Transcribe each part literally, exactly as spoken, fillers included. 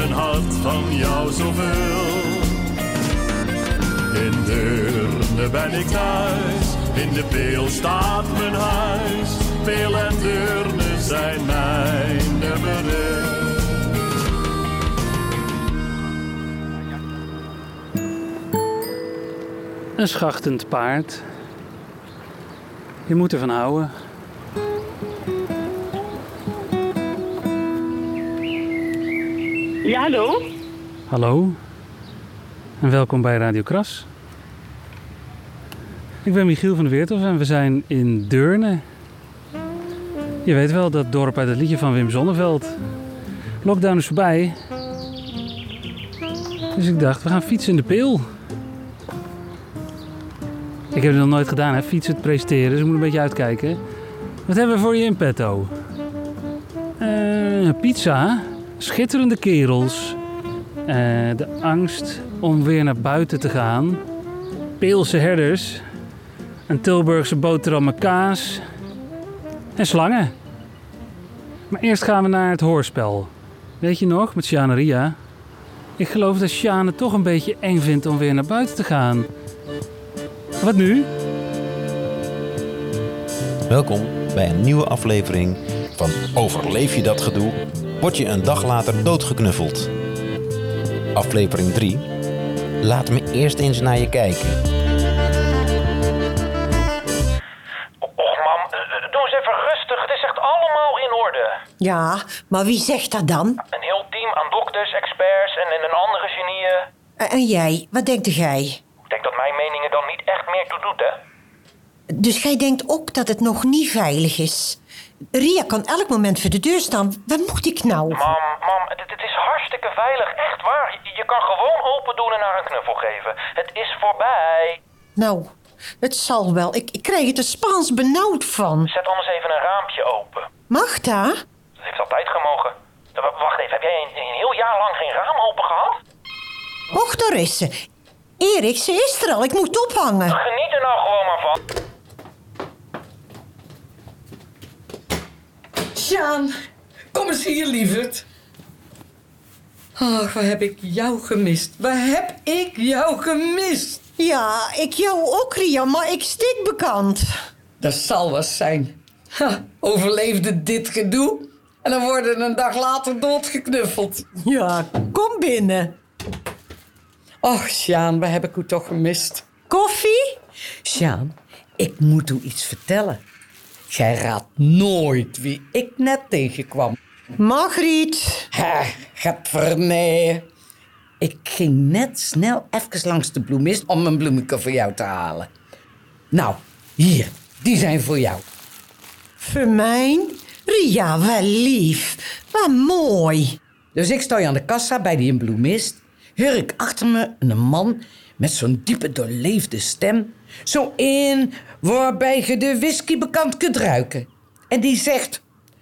een hart van jou zoveel. In Deurne ben ik thuis, in de Peel staat mijn huis. Peel en Deurne zijn mijn nummer één. Een schachtend paard. Je moet ervan houden. Ja, hallo? Hallo. En welkom bij Radio Kras. Ik ben Michiel van der Weerthof en we zijn in Deurne. Je weet wel, dat dorp uit het liedje van Wim Sonneveld. Lockdown is voorbij. Dus ik dacht, we gaan fietsen in de Peel. Ik heb het nog nooit gedaan, hè? Fietsen, het presenteren, dus ik moet een beetje uitkijken. Wat hebben we voor je in petto? Uh, pizza, schitterende kerels, uh, de angst om weer naar buiten te gaan, Peelse herders, een Tilburgse boterham met kaas en slangen. Maar eerst gaan we naar het hoorspel. Weet je nog, met Sjaan en Ria? Ik geloof dat Sjaan het toch een beetje eng vindt om weer naar buiten te gaan. Wat nu? Welkom bij een nieuwe aflevering van Overleef je dat gedoe? Word je een dag later doodgeknuffeld? Aflevering drie. Laat me eerst eens naar je kijken. Och mam, doe eens even rustig. Het is echt allemaal in orde. Ja, maar wie zegt dat dan? Een heel team aan dokters, experts en, en een andere genieën. En jij, wat denkt jij? Ik denk dat mijn meningen dan niet echt meer toe doet, hè? Dus jij denkt ook dat het nog niet veilig is? Ria kan elk moment voor de deur staan. Wat moet ik nou? Mam, mam, het, het is hartstikke veilig. Echt waar. Je, je kan gewoon open doen en haar een knuffel geven. Het is voorbij. Nou, het zal wel. Ik, ik krijg het er Spaans benauwd van. Zet anders even een raampje open. Mag dat? Dat heeft altijd gemogen. W- wacht even, heb jij een, een heel jaar lang geen raam open gehad? Och, daar is ze. Erik, ze is er al. Ik moet ophangen. Geniet er nou gewoon maar van. Sjaan, kom eens hier, lieverd. Ach, waar heb ik jou gemist? Waar heb ik jou gemist? Ja, ik jou ook, Ria, maar ik stik bekend. Dat zal wel zijn. Ha, overleefde dit gedoe en dan worden een dag later doodgeknuffeld. Ja, kom binnen. Och, Sjaan, waar heb ik u toch gemist? Koffie? Sjaan, ik moet u iets vertellen. Jij raadt nooit wie ik net tegenkwam. Margriet. Ha, gadvernee. Ik ging net snel even langs de bloemist om een bloemetje voor jou te halen. Nou, hier, die zijn voor jou. Voor mij? Ria, wel lief. Wat mooi. Dus ik sta aan de kassa bij die bloemist. Hoor ik achter me een man met zo'n diepe doorleefde stem. Zo in waarbij je de whisky bekend kunt ruiken. En die zegt: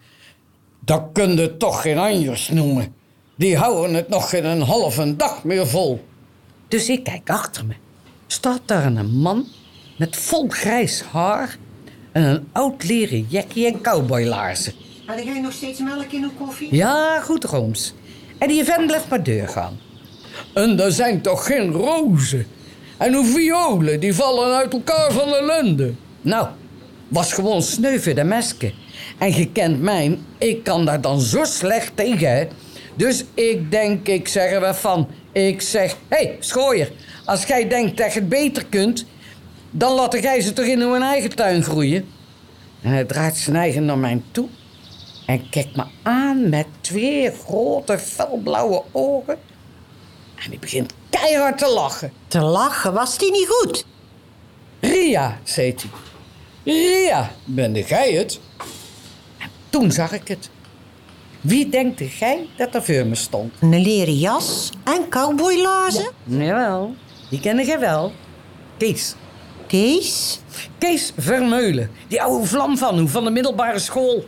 dat kun je toch geen anjers noemen. Die houden het nog geen een halve dag meer vol. Dus ik kijk achter me. Staat daar een man met vol grijs haar en een oud leren jackie en cowboylaarzen. Had jij nog steeds melk in uw koffie? Ja, goed, Rooms. En die vent blijft maar deur gaan. En er zijn toch geen rozen? En hoe violen, die vallen uit elkaar van ellende. Nou, was gewoon sneu voor de meske. En je kent mij, ik kan daar dan zo slecht tegen, hè. Dus ik denk, ik zeg er wat van. Ik zeg, hé, hey, schooier, als jij denkt dat je het beter kunt, dan laat jij ze toch in uw eigen tuin groeien. En hij draait zijn eigen naar mij toe en kijkt me aan met twee grote felblauwe ogen. En die begint keihard te lachen. Te lachen, was die niet goed? Ria, zei hij. Ria, ben jij het? En toen zag ik het. Wie denkt jij dat er voor me stond? Een leren jas en cowboylaarzen? Jawel, die ken jij wel. Kees. Kees? Kees Vermeulen. Die oude vlam van u, van de middelbare school.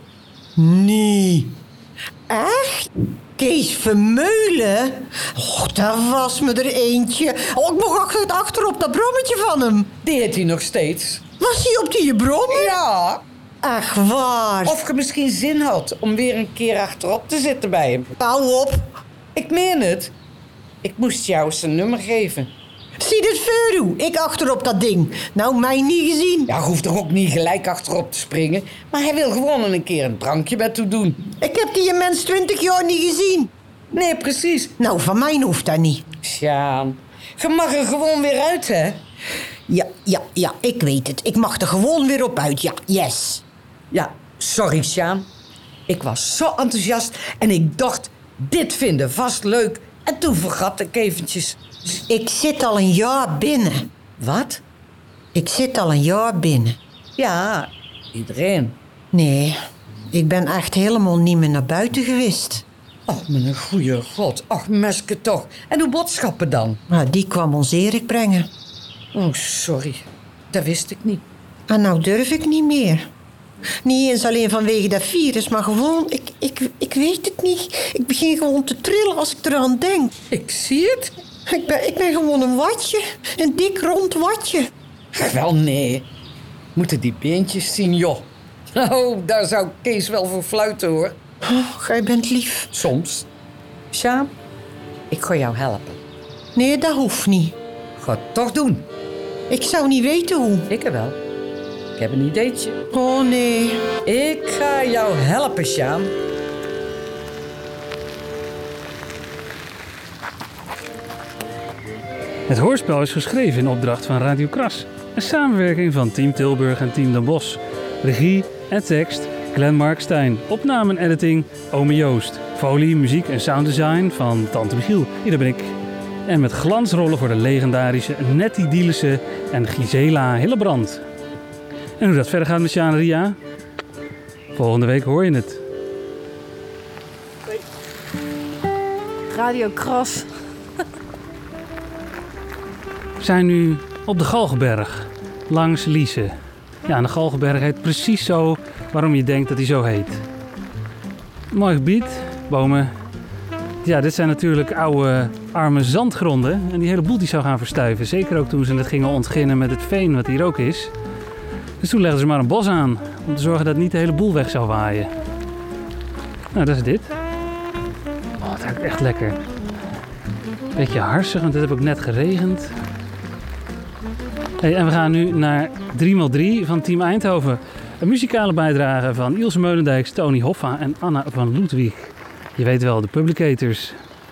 Nee. Echt? Kees Vermeulen? Och, dat was me er eentje. Oh, ik mocht achter, achter op dat brommetje van hem. Die heet hij nog steeds. Was hij op die brommer? Ja. Ach, waar? Of je misschien zin had om weer een keer achterop te zitten bij hem. Hou op. Ik meen het. Ik moest jou zijn nummer geven. Zie dit voor u, ik achter op dat ding. Nou, mij niet gezien. Ja, hoeft toch ook niet gelijk achterop te springen. Maar hij wil gewoon een keer een drankje met toe doen. Ik heb die mens twintig jaar niet gezien. Nee, precies. Nou, van mij hoeft dat niet. Sjaan, je mag er gewoon weer uit, hè? Ja, ja, ja, ik weet het. Ik mag er gewoon weer op uit, ja, yes. Ja, sorry, Sjaan. Ik was zo enthousiast en ik dacht, dit vinden vast leuk. En toen vergat ik eventjes. Ik zit al een jaar binnen. Wat? Ik zit al een jaar binnen. Ja, iedereen. Nee, ik ben echt helemaal niet meer naar buiten geweest. Och, mijn goeie god. Ach, meske toch. En hoe boodschappen dan? Nou, die kwam ons Erik brengen. Oh, sorry. Dat wist ik niet. En nou durf ik niet meer. Niet eens alleen vanwege dat virus, maar gewoon, ik, ik, ik weet het niet. Ik begin gewoon te trillen als ik eraan denk. Ik zie het. Ik ben, ik ben gewoon een watje. Een dik rond watje. Wel, nee. Moeten die beentjes zien, joh. Nou, daar zou Kees wel voor fluiten, hoor. Oh, jij bent lief. Soms. Sjaan, ik ga jou helpen. Nee, dat hoeft niet. Ga het toch doen. Ik zou niet weten hoe. Ik er wel. Ik heb een ideetje. Oh, nee. Ik ga jou helpen, Sjaan. Het hoorspel is geschreven in opdracht van Radio Kras. Een samenwerking van Team Tilburg en Team Den Bosch. Regie en tekst Glenn Mark Stein. Opname en editing Ome Joost. Folie, muziek en sounddesign van Tante Michiel. Hier ben ik. En met glansrollen voor de legendarische Nettie Dielissen en Gisela Hillebrand. En hoe dat verder gaat met Sjaan en Ria? Volgende week hoor je het. Radio Kras. We zijn nu op de Galgenberg, langs Liese. Ja, en de Galgenberg heet precies zo waarom je denkt dat hij zo heet. Mooi gebied, bomen. Ja, dit zijn natuurlijk oude, arme zandgronden. En die hele boel die zou gaan verstuiven. Zeker ook toen ze het gingen ontginnen met het veen wat hier ook is. Dus toen legden ze maar een bos aan. Om te zorgen dat niet de hele boel weg zou waaien. Nou, dat is dit. Oh, het ruikt echt lekker. Beetje harsig, want het heeft ook net geregend. Hey, en we gaan nu naar drie bij drie van Team Eindhoven. Een muzikale bijdrage van Ilse Meulendijks, Tony Hoffa en Anna van Ludwig. Je weet wel, de Publicators.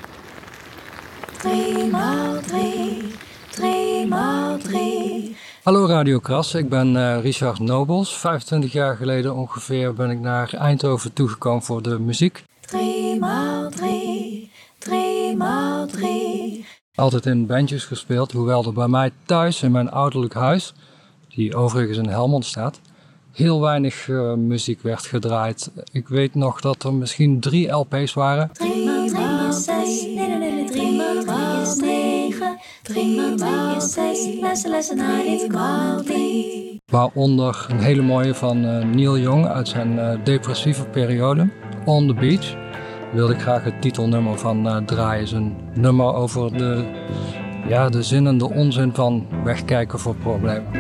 drie bij drie, drie bij drie. Hallo Radio Kras, ik ben uh, Richard Nobels. vijfentwintig jaar geleden ongeveer ben ik naar Eindhoven toegekomen voor de muziek. drie bij drie, drie bij drie. Altijd in bandjes gespeeld, hoewel er bij mij thuis in mijn ouderlijk huis, die overigens in Helmond staat, heel weinig uh, muziek werd gedraaid. Ik weet nog dat er misschien drie L P's waren. drie bij drie is zes, nee nee nee, drie bij drie is negen, drie bij drie is zes, lessen lessen naar drie bij drie. Waaronder een hele mooie van uh, Neil Young uit zijn uh, depressieve periode, On the Beach. Wilde ik graag het titelnummer van uh, draaien. Zijn nummer over de, ja, de zin en de onzin van wegkijken voor problemen.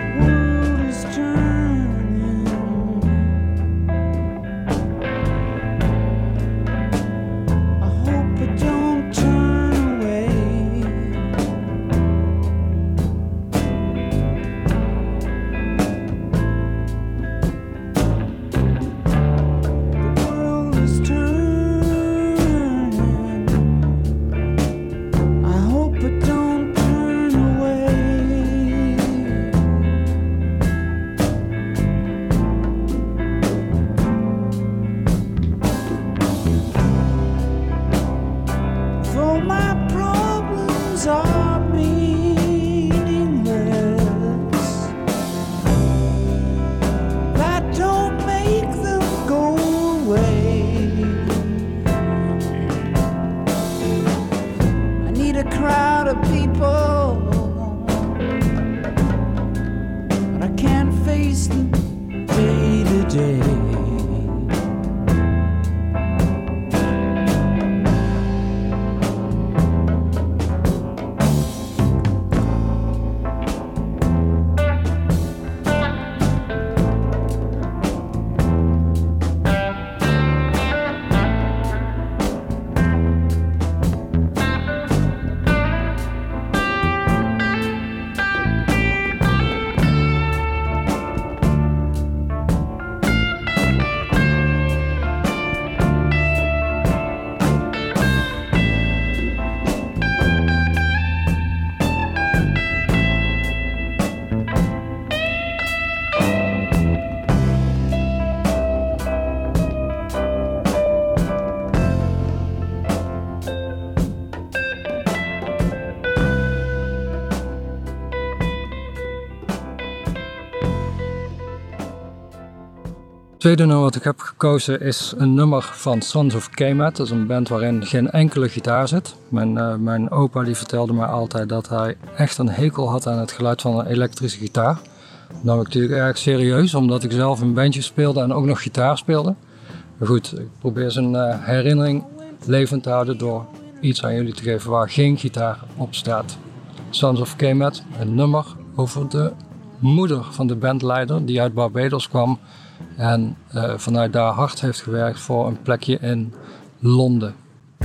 tweede nummer wat ik heb gekozen is een nummer van Sons of Kemet. Dat is een band waarin geen enkele gitaar zit. Mijn, uh, mijn opa die vertelde mij altijd dat hij echt een hekel had aan het geluid van een elektrische gitaar. Dat nam ik natuurlijk erg serieus, omdat ik zelf in bandje speelde en ook nog gitaar speelde. Maar goed, ik probeer zijn uh, herinnering levend te houden door iets aan jullie te geven waar geen gitaar op staat. Sons of Kemet, een nummer over de moeder van de bandleider die uit Barbados kwam en uh, vanuit daar hard heeft gewerkt voor een plekje in Londen.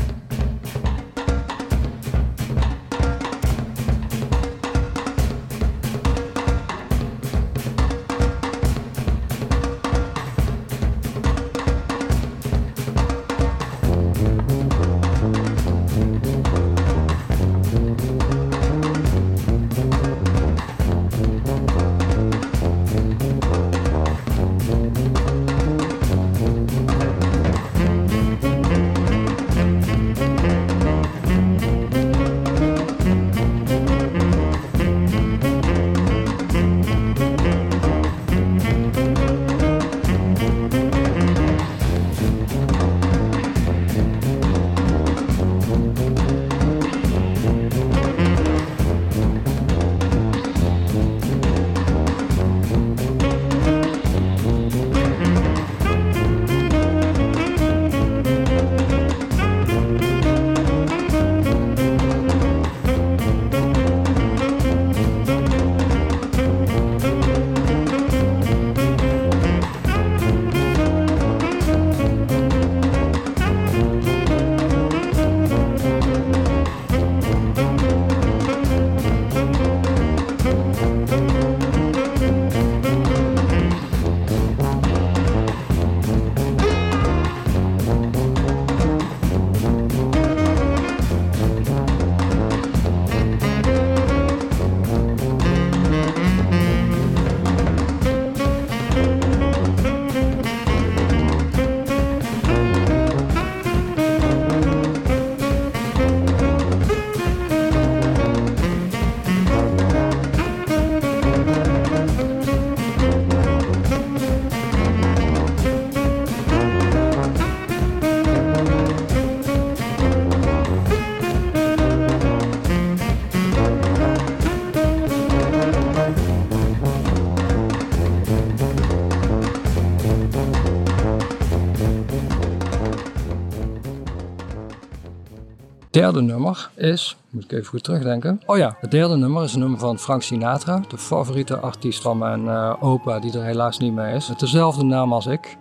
Het derde nummer is, moet ik even goed terugdenken. Oh ja, het derde nummer is een nummer van Frank Sinatra, de favoriete artiest van mijn uh, opa, die er helaas niet meer is. Met dezelfde naam als ik.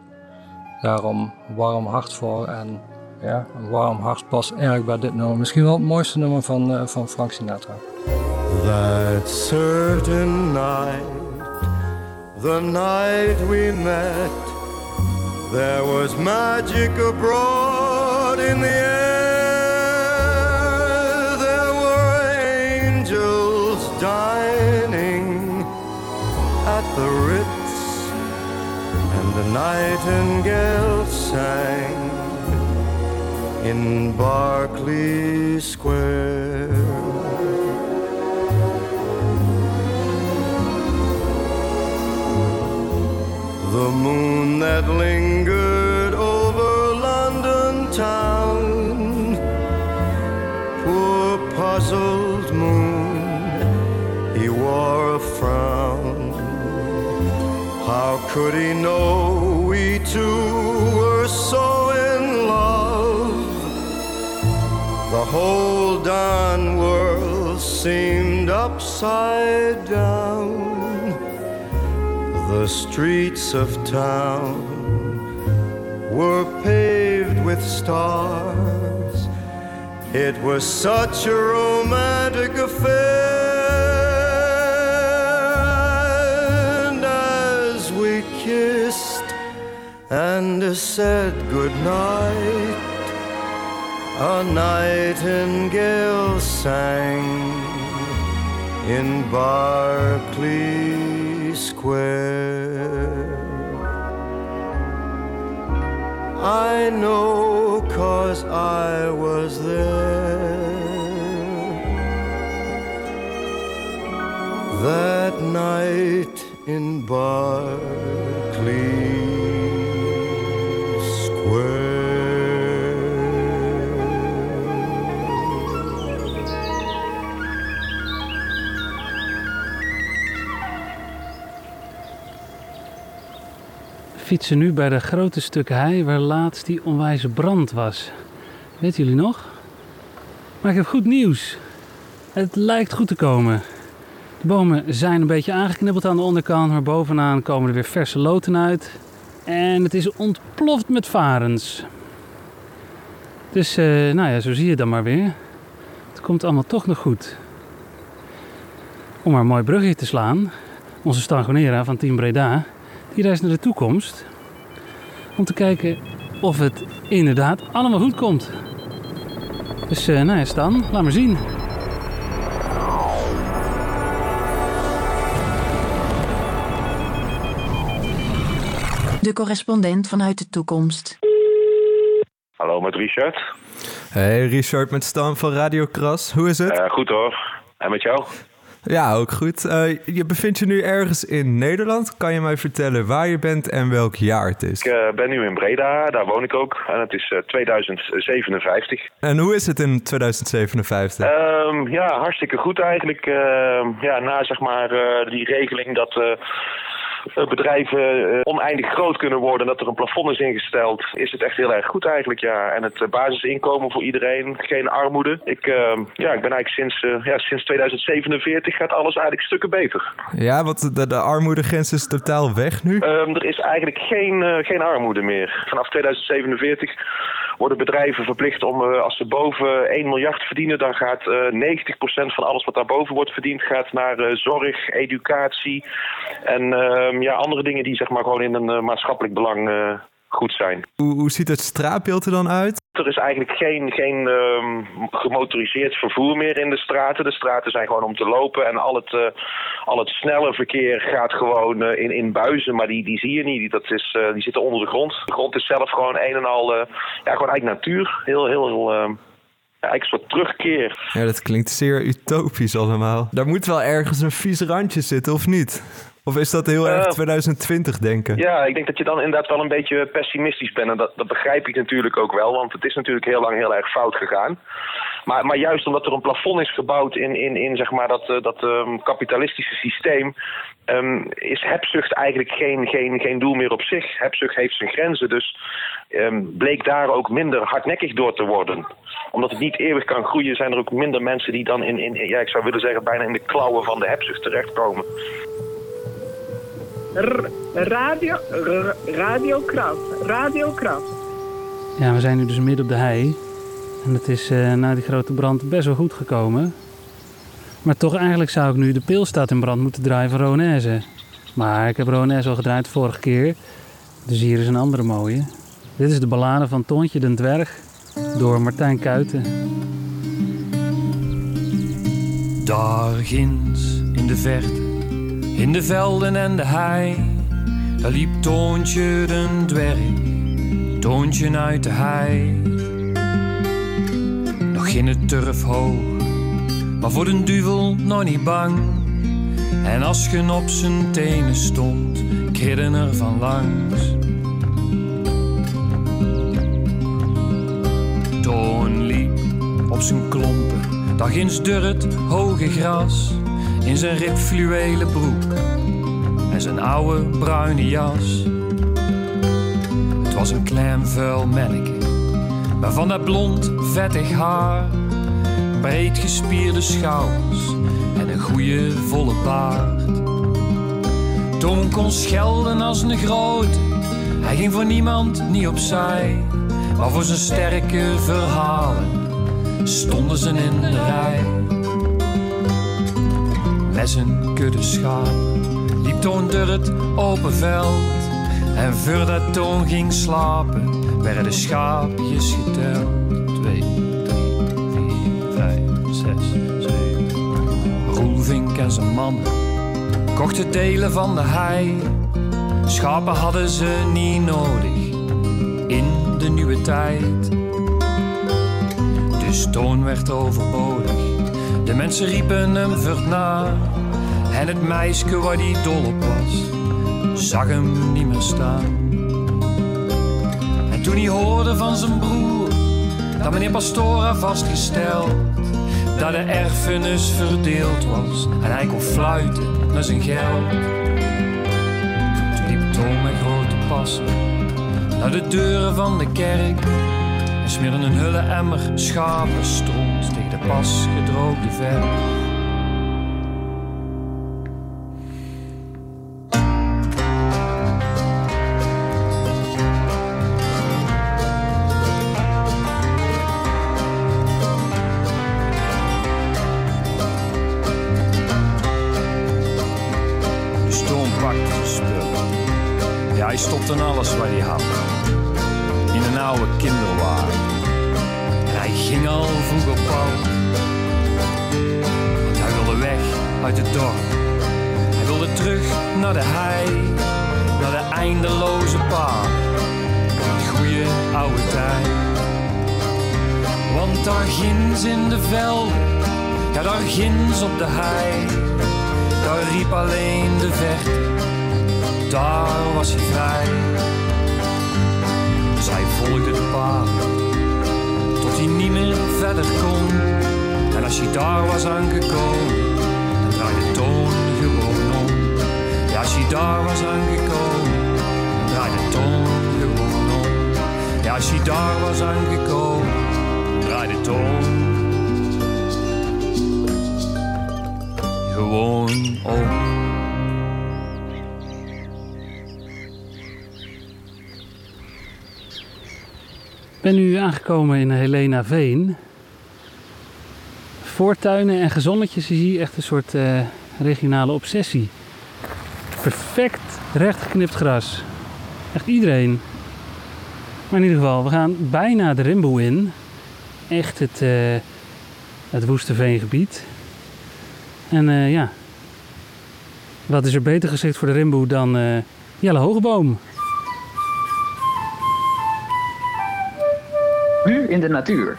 Daarom warm hart voor en ja, een warm hart past erg bij dit nummer. Misschien wel het mooiste nummer van, uh, van Frank Sinatra. That certain night, the night we met, there was magic abroad in the air. There were angels dining at the Ritz, and the nightingale sang in Berkeley Square. The moon that lingered over London town, poor puzzled moon, he wore a frown. How could he know we two were so in love? The whole darn world seemed upside down. The streets of town were paved with stars. It was such a romantic affair. And as we kissed and said goodnight, a nightingale sang in Berkeley Square. I know 'cause I was there that night in Berkeley fietsen nu bij de grote stukken hei waar laatst die onwijze brand was. Weten jullie nog? Maar ik heb goed nieuws. Het lijkt goed te komen. De bomen zijn een beetje aangeknibbeld aan de onderkant, maar bovenaan komen er weer verse loten uit. En het is ontploft met varens. Dus, uh, nou ja, zo zie je dan maar weer. Het komt allemaal toch nog goed. Om maar een mooi brugje te slaan. Onze Stangonera van Team Breda, die reist naar de toekomst. Om te kijken of het inderdaad allemaal goed komt. Dus, uh, nou ja, Stan, laat maar zien. De correspondent vanuit de toekomst. Hallo, met Richard. Hey, Richard met Stan van Radio Kras. Hoe is het? Uh, goed hoor. En met jou? Ja, ook goed. Uh, je bevindt je nu ergens in Nederland. Kan je mij vertellen waar je bent en welk jaar het is? Ik uh, ben nu in Breda, daar woon ik ook. En het is uh, tweeduizend zevenenvijftig. En hoe is het in tweeduizend zevenenvijftig? Um, ja, hartstikke goed eigenlijk. Uh, ja, na zeg maar uh, die regeling dat... Uh, bedrijven uh, oneindig groot kunnen worden en dat er een plafond is ingesteld, is het echt heel erg goed eigenlijk, ja. En het uh, basisinkomen voor iedereen, geen armoede. Ik, uh, ja, ik ben eigenlijk sinds, uh, ja, sinds tweeduizend zevenenveertig gaat alles eigenlijk stukken beter. Ja, want de, de armoedegrens is totaal weg nu? Um, er is eigenlijk geen, uh, geen armoede meer. Vanaf tweeduizend zevenenveertig worden bedrijven verplicht om, uh, als ze boven één miljard verdienen, dan gaat uh, negentig procent van alles wat daarboven wordt verdiend, gaat naar uh, zorg, educatie en uh, ja, andere dingen die zeg maar gewoon in een uh, maatschappelijk belang uh, goed zijn. Hoe, hoe ziet het straatbeeld er dan uit? Er is eigenlijk geen, geen um, gemotoriseerd vervoer meer in de straten. De straten zijn gewoon om te lopen en al het, uh, al het snelle verkeer gaat gewoon uh, in, in buizen, maar die, die zie je niet. Dat is, uh, die zitten onder de grond. De grond is zelf gewoon een en al, uh, ja, gewoon eigenlijk natuur. Heel, heel, heel... Uh, Ja, eigenlijk een soort terugkeer. Ja, dat klinkt zeer utopisch allemaal. Daar moet wel ergens een vies randje zitten, of niet? Of is dat heel uh, erg tweeduizend twintig denken? Ja, ik denk dat je dan inderdaad wel een beetje pessimistisch bent. En dat, dat begrijp ik natuurlijk ook wel, want het is natuurlijk heel lang heel erg fout gegaan. Maar, maar juist omdat er een plafond is gebouwd in, in, in zeg maar dat, dat um, kapitalistische systeem, um, is hebzucht eigenlijk geen, geen, geen doel meer op zich. Hebzucht heeft zijn grenzen, dus um, bleek daar ook minder hardnekkig door te worden. Omdat het niet eeuwig kan groeien, zijn er ook minder mensen die dan in, in ja, ik zou willen zeggen, bijna in de klauwen van de hebzucht terechtkomen. R- radio, r- Radio Kraft, Radio Kraft. Ja, we zijn nu dus midden op de hei. En het is uh, na die grote brand best wel goed gekomen. Maar toch eigenlijk zou ik nu de Peelstad in brand moeten draaien van Roanesse. Maar ik heb Roanesse al gedraaid de vorige keer. Dus hier is een andere mooie. Dit is de ballade van Toontje den Dwerg door Martijn Kuiten. Daar ginds in de verte, in de velden en de hei, daar liep Toontje den Dwerg, Toontje uit de hei. Nog in het turf hoog, maar voor den duivel nog niet bang. En als gen op zijn tenen stond, kridden er van langs. Toon liep op zijn klompen, daar ginds door het hoge gras, in zijn ribfluwelen broek en zijn oude bruine jas. Het was een klein vuil manneke, maar van dat blond vettig haar, breed gespierde schouders en een goeie volle baard. Toon kon schelden als een grote, hij ging voor niemand niet opzij, maar voor zijn sterke verhalen stonden ze in de rij. Met zijn kudde schaap liep Toon door het open veld, en voordat Toon ging slapen werden de schaapjes geteld. Twee, drie, vier, vijf, zes, zeven. Roelvink en zijn mannen kochten delen van de hei. Schapen hadden ze niet nodig in de nieuwe tijd. Dus Toon werd overbodig. De mensen riepen hem vurt na. En het meisje waar die dol op was, zag hem niet meer staan. En toen hij hoorde van zijn broer dat meneer Pastoor had vastgesteld dat de erfenis verdeeld was en hij kon fluiten naar zijn geld. Toen liep Toon met grote pas passen naar de deuren van de kerk en smeerden een hulle emmer schapenstront tegen de pas gedroogde verf. Hij stopte in alles wat hij had, in een oude kinderwagen. En hij ging al vroeg op pad, want hij wilde weg uit het dorp. Hij wilde terug naar de hei, naar de eindeloze paden, die goeie oude tijd. Want daar ginds in de velden, ja daar ginds op de hei, daar riep alleen de verte. Daar was hij vrij. Dus hij volgde de paden tot hij niet meer verder kon. En als hij daar was aangekomen, dan draaide de toon gewoon om. Ja, als hij daar was aangekomen, dan draaide de toon gewoon om. Ja, als hij daar was aangekomen, dan draaide de toon gewoon om. Ik ben nu aangekomen in Helena Veen. Voortuinen en gezonnetjes is hier echt een soort uh, regionale obsessie. Perfect rechtgeknipt gras. Echt iedereen. Maar in ieder geval, we gaan bijna de Rimboe in. Echt het, uh, het woeste veengebied. En uh, ja, wat is er beter geschikt voor de Rimboe dan uh, Jelle Hogeboom? Nu in de natuur.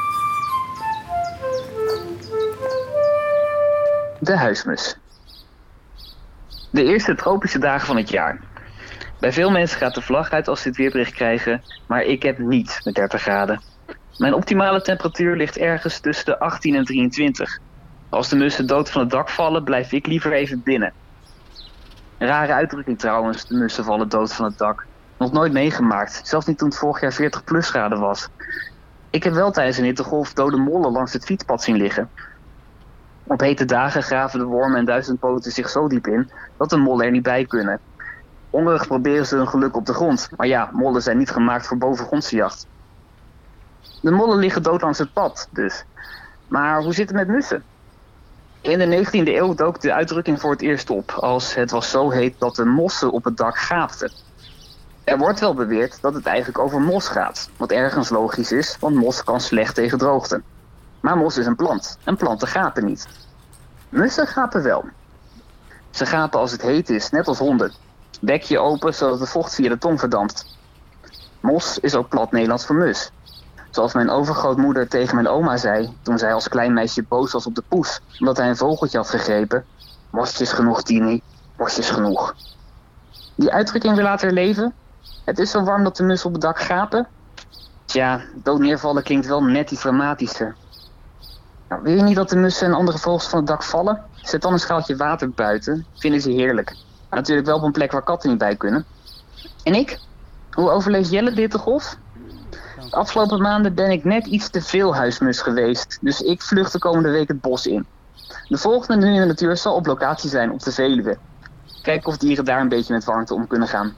De huismus. De eerste tropische dagen van het jaar. Bij veel mensen gaat de vlag uit als ze dit weerbericht krijgen, maar ik heb niet met dertig graden. Mijn optimale temperatuur ligt ergens tussen de achttien en drieëntwintig. Als de mussen dood van het dak vallen, blijf ik liever even binnen. Een rare uitdrukking trouwens, de mussen vallen dood van het dak. Nog nooit meegemaakt, zelfs niet toen het vorig jaar veertig plus graden was. Ik heb wel tijdens een hittegolf dode mollen langs het fietspad zien liggen. Op hete dagen graven de wormen en duizendpoten zich zo diep in dat de mollen er niet bij kunnen. Hongerig proberen ze hun geluk op de grond, maar ja, mollen zijn niet gemaakt voor bovengrondse jacht. De mollen liggen dood langs het pad, dus. Maar hoe zit het met mussen? In de negentiende eeuw dook de uitdrukking voor het eerst op, als het was zo heet dat de mossen op het dak gaapten. Er wordt wel beweerd dat het eigenlijk over mos gaat, wat ergens logisch is, want mos kan slecht tegen droogte. Maar mos is een plant, en planten gapen niet. Mussen gapen wel. Ze gapen als het heet is, net als honden. Bek je open zodat de vocht via de tong verdampt. Mos is ook plat Nederlands voor mus. Zoals mijn overgrootmoeder tegen mijn oma zei toen zij als klein meisje boos was op de poes, omdat hij een vogeltje had gegrepen. Worstjes genoeg, Tini, worstjes genoeg. Die uitdrukking weer laten leven? Het is zo warm dat de mussen op het dak gapen? Tja, dood neervallen klinkt wel net iets dramatischer. Nou, wil je niet dat de mussen en andere vogels van het dak vallen? Zet dan een schaaltje water buiten, vinden ze heerlijk. Maar natuurlijk wel op een plek waar katten niet bij kunnen. En ik? Hoe overleeft Jelle de hittegolf? De afgelopen maanden ben ik net iets te veel huismus geweest, dus ik vlucht de komende week het bos in. De volgende Nu in de Natuur zal op locatie zijn op de Veluwe. Kijken of dieren daar een beetje met warmte om kunnen gaan.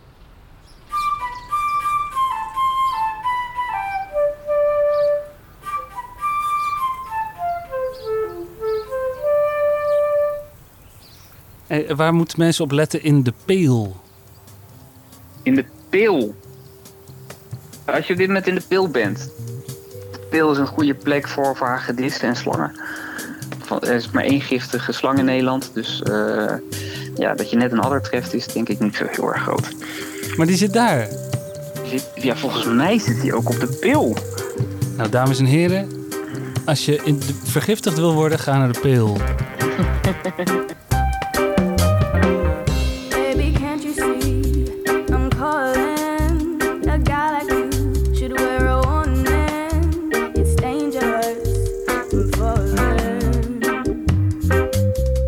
Hey, waar moeten mensen op letten in de Peel? In de Peel? Als je op dit moment in de Peel bent. De Peel is een goede plek voor, voor hagedissen en slangen. Er is maar één giftige slang in Nederland, dus uh, ja, dat je net een adder treft is denk ik niet zo heel erg groot. Maar die zit daar? Die zit, ja, volgens mij zit die ook op de Peel. Nou, dames en heren, als je in de, vergiftigd wil worden, ga naar de Peel.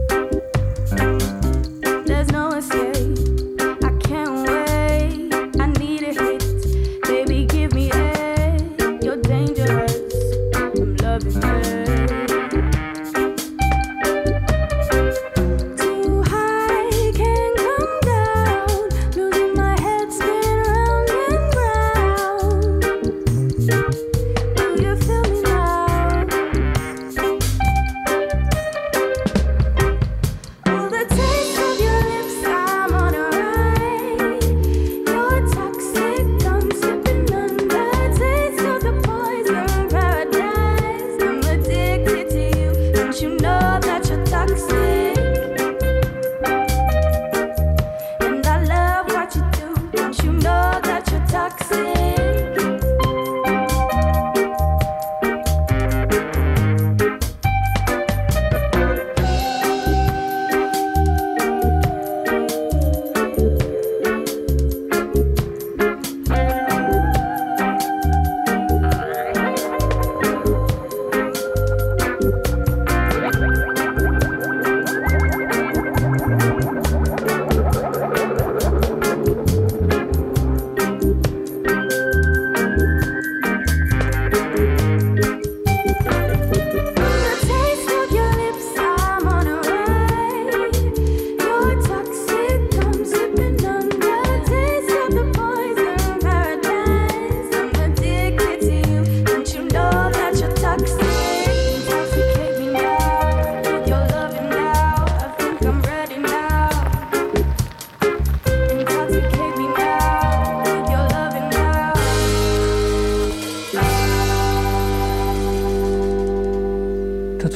I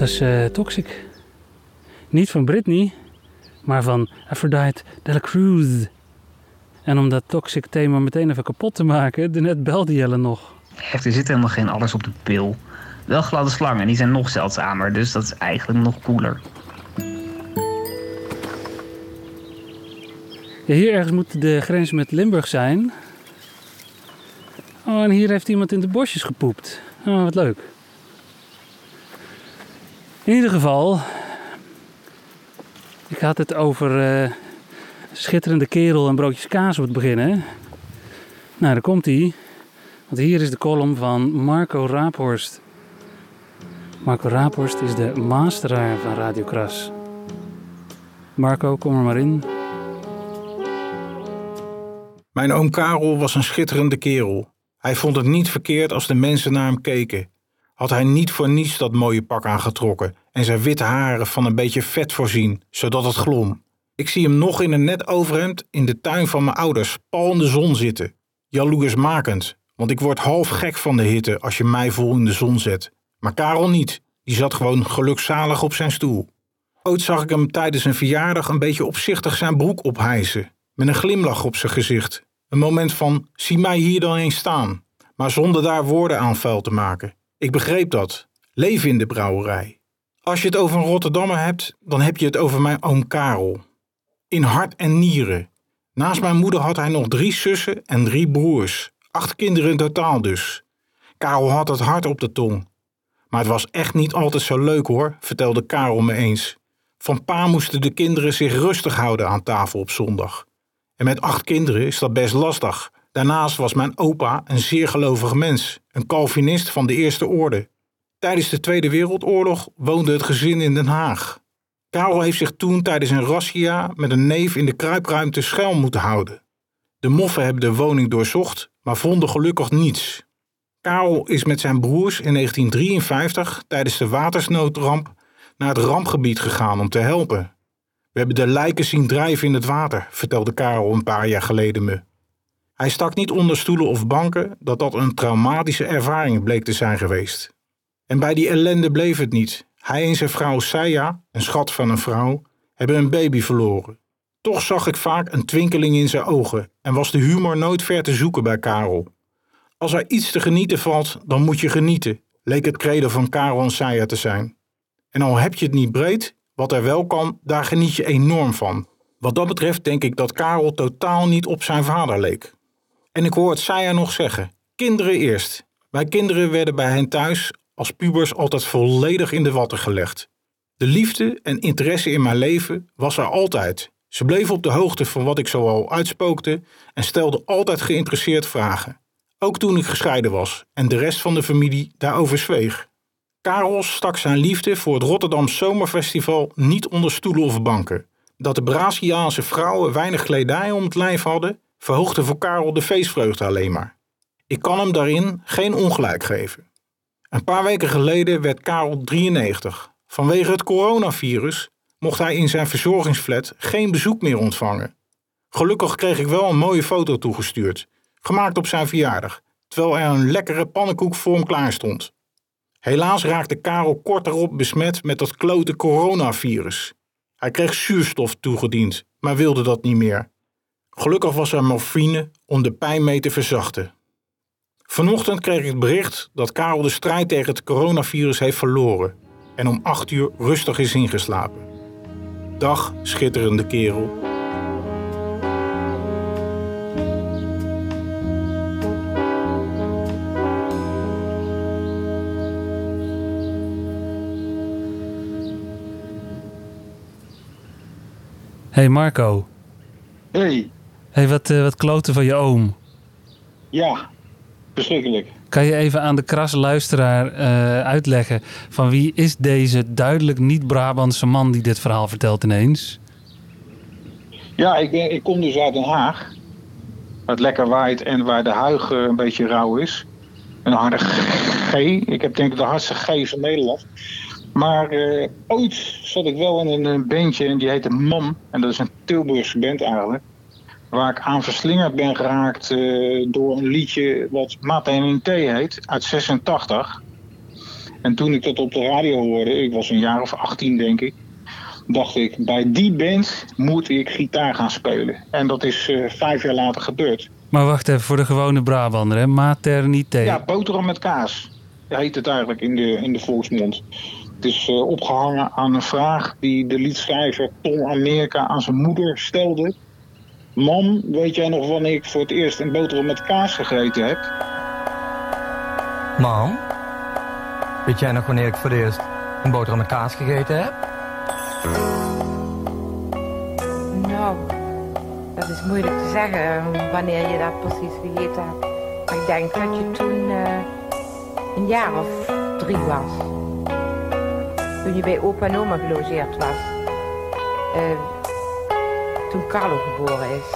was uh, Toxic. Niet van Britney, maar van Aphrodite de la Cruz. En om dat Toxic thema meteen even kapot te maken, daarnet belde Jelle nog. Echt, er zit helemaal geen alles op de pil. Wel gladde slangen, die zijn nog zeldzamer, dus dat is eigenlijk nog cooler. Ja, hier ergens moet de grens met Limburg zijn. Oh, en hier heeft iemand in de bosjes gepoept. Oh, wat leuk. In ieder geval, ik had het over uh, schitterende kerel en broodjes kaas op het begin, hè? Nou, daar komt hij. Want hier is de column van Marco Raaphorst. Marco Raaphorst is de masteraar van Radio Kras. Marco, kom er maar in. Mijn oom Karel was een schitterende kerel. Hij vond het niet verkeerd als de mensen naar hem keken. Had hij niet voor niets dat mooie pak aangetrokken en zijn witte haren van een beetje vet voorzien, zodat het glom. Ik zie hem nog in een net overhemd in de tuin van mijn ouders, pal in de zon zitten. Jaloersmakend, want ik word half gek van de hitte als je mij vol in de zon zet. Maar Karel niet, die zat gewoon gelukzalig op zijn stoel. Ooit zag ik hem tijdens een verjaardag een beetje opzichtig zijn broek ophijsen, met een glimlach op zijn gezicht. Een moment van, zie mij hier dan eens staan, maar zonder daar woorden aan vuil te maken. Ik begreep dat. Leven in de brouwerij. Als je het over een Rotterdammer hebt, dan heb je het over mijn oom Karel. In hart en nieren. Naast mijn moeder had hij nog drie zussen en drie broers. Acht kinderen in totaal dus. Karel had het hart op de tong. Maar het was echt niet altijd zo leuk hoor, vertelde Karel me eens. Van pa moesten de kinderen zich rustig houden aan tafel op zondag. En met acht kinderen is dat best lastig. Daarnaast was mijn opa een zeer gelovig mens, een Calvinist van de eerste orde. Tijdens de Tweede Wereldoorlog woonde het gezin in Den Haag. Karel heeft zich toen tijdens een razzia met een neef in de kruipruimte schuil moeten houden. De moffen hebben de woning doorzocht, maar vonden gelukkig niets. Karel is met zijn broers in negentien drieënvijftig tijdens de watersnoodramp naar het rampgebied gegaan om te helpen. We hebben de lijken zien drijven in het water, vertelde Karel een paar jaar geleden me. Hij stak niet onder stoelen of banken dat dat een traumatische ervaring bleek te zijn geweest. En bij die ellende bleef het niet. Hij en zijn vrouw Seija, een schat van een vrouw, hebben een baby verloren. Toch zag ik vaak een twinkeling in zijn ogen en was de humor nooit ver te zoeken bij Karel. Als er iets te genieten valt, dan moet je genieten, leek het credo van Karel en Seija te zijn. En al heb je het niet breed, wat er wel kan, daar geniet je enorm van. Wat dat betreft denk ik dat Karel totaal niet op zijn vader leek. En ik hoor het Seija nog zeggen, kinderen eerst. Wij kinderen werden bij hen thuis als pubers altijd volledig in de watten gelegd. De liefde en interesse in mijn leven was er altijd. Ze bleven op de hoogte van wat ik zoal uitspookte en stelden altijd geïnteresseerd vragen. Ook toen ik gescheiden was en de rest van de familie daarover zweeg. Karel stak zijn liefde voor het Rotterdam Zomerfestival niet onder stoelen of banken. Dat de Braziliaanse vrouwen weinig kledij om het lijf hadden, verhoogde voor Karel de feestvreugde alleen maar. Ik kan hem daarin geen ongelijk geven. Een paar weken geleden werd Karel drieënnegentig. Vanwege het coronavirus mocht hij in zijn verzorgingsflat geen bezoek meer ontvangen. Gelukkig kreeg ik wel een mooie foto toegestuurd, gemaakt op zijn verjaardag, terwijl er een lekkere pannenkoek voor hem klaar stond. Helaas raakte Karel kort daarop besmet met dat klote coronavirus. Hij kreeg zuurstof toegediend, maar wilde dat niet meer. Gelukkig was er morfine om de pijn mee te verzachten. Vanochtend kreeg ik het bericht dat Karel de strijd tegen het coronavirus heeft verloren en om acht uur rustig is ingeslapen. Dag, schitterende kerel. Hey Marco. Hey. Hey, wat, uh, wat kloten van je oom. Ja, verschrikkelijk. Kan je even aan de krasse luisteraar uh, uitleggen van wie is deze duidelijk niet-Brabantse man die dit verhaal vertelt ineens? Ja, ik, ben, ik kom dus uit Den Haag. Waar het lekker waait en waar de huig uh, een beetje rauw is. Een harde G. Ik heb denk ik de hardste G van Nederland. Maar uh, ooit zat ik wel in een, een bandje en die heette Mam. En dat is een Tilburgse band eigenlijk. Waar ik aan verslingerd ben geraakt uh, door een liedje wat Mate en T heet, uit zesentachtig. En toen ik dat op de radio hoorde, ik was een jaar of achttien denk ik, dacht ik, bij die band moet ik gitaar gaan spelen. En dat is uh, vijf jaar later gebeurd. Maar wacht even, voor de gewone Brabander, hè? Maternité. Ja, boterham met kaas. Heet het eigenlijk in de, in de volksmond. Het is uh, opgehangen aan een vraag die de liedschrijver Tom Amerika aan zijn moeder stelde. Mam, weet jij nog wanneer ik voor het eerst een boterham met kaas gegeten heb? Mam, weet jij nog wanneer ik voor het eerst een boterham met kaas gegeten heb? Nou, dat is moeilijk te zeggen wanneer je dat precies gegeten hebt. Maar ik denk dat je toen uh, een jaar of drie was. Toen je bij opa en oma gelogeerd was. Uh, toen Carlo geboren is.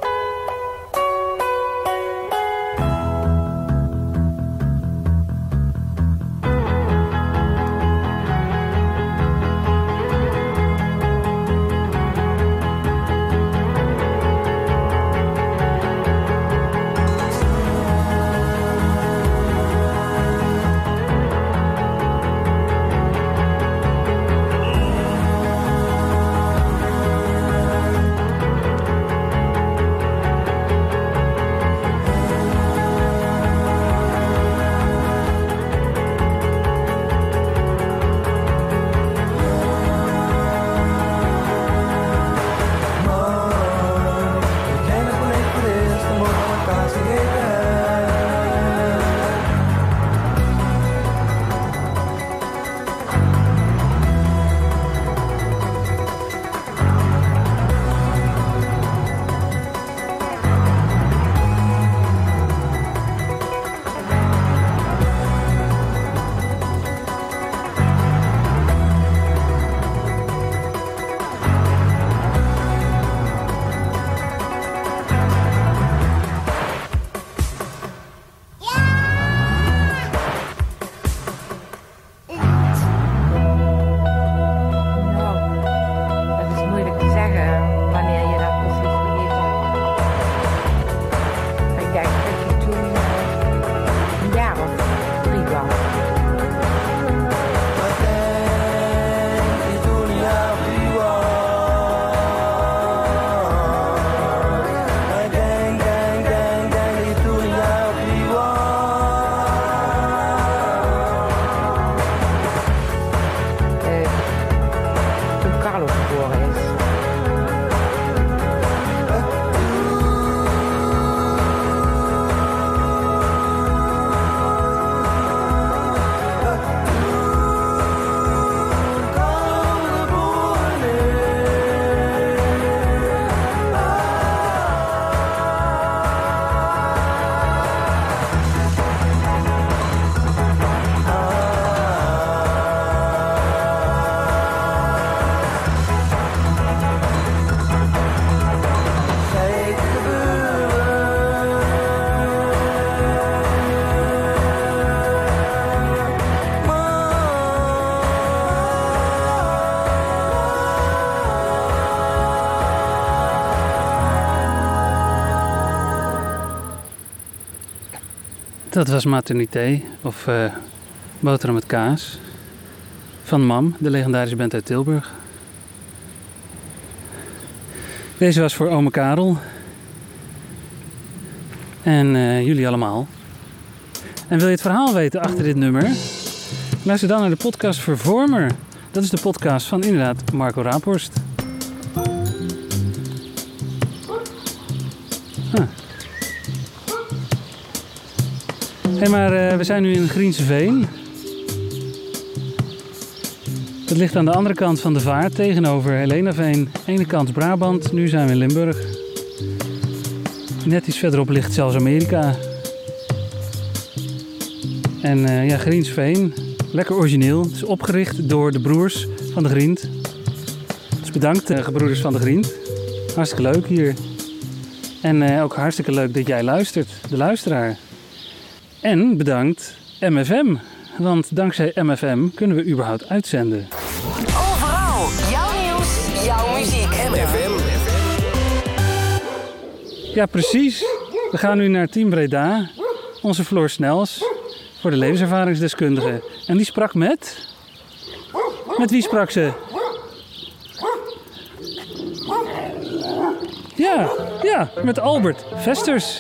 Dat was Maternité, of uh, boterham met kaas, van Mam, de legendarische band uit Tilburg. Deze was voor ome Karel. En uh, jullie allemaal. En wil je het verhaal weten achter dit nummer? Luister dan naar de podcast Vervormer. Dat is de podcast van inderdaad Marco Raaphorst. Huh. Hé, hey, maar uh, we zijn nu in Grienseveen. Dat ligt aan de andere kant van de vaart, tegenover Helenaveen. Ene kant Brabant, nu zijn we in Limburg. Net iets verderop ligt zelfs Amerika. En uh, ja, Griensveen, lekker origineel. Het is opgericht door de broers van de Grient. Dus bedankt, uh, gebroeders van de Grient. Hartstikke leuk hier. En uh, ook hartstikke leuk dat jij luistert, de luisteraar. En bedankt M F M, want dankzij M F M kunnen we überhaupt uitzenden. Overal, jouw nieuws, jouw muziek. M F M. Ja, precies. We gaan nu naar Team Breda. Onze Floor Snels. voor de levenservaringsdeskundige. En die sprak met... Met wie sprak ze? Ja, ja, met Albert Vesters.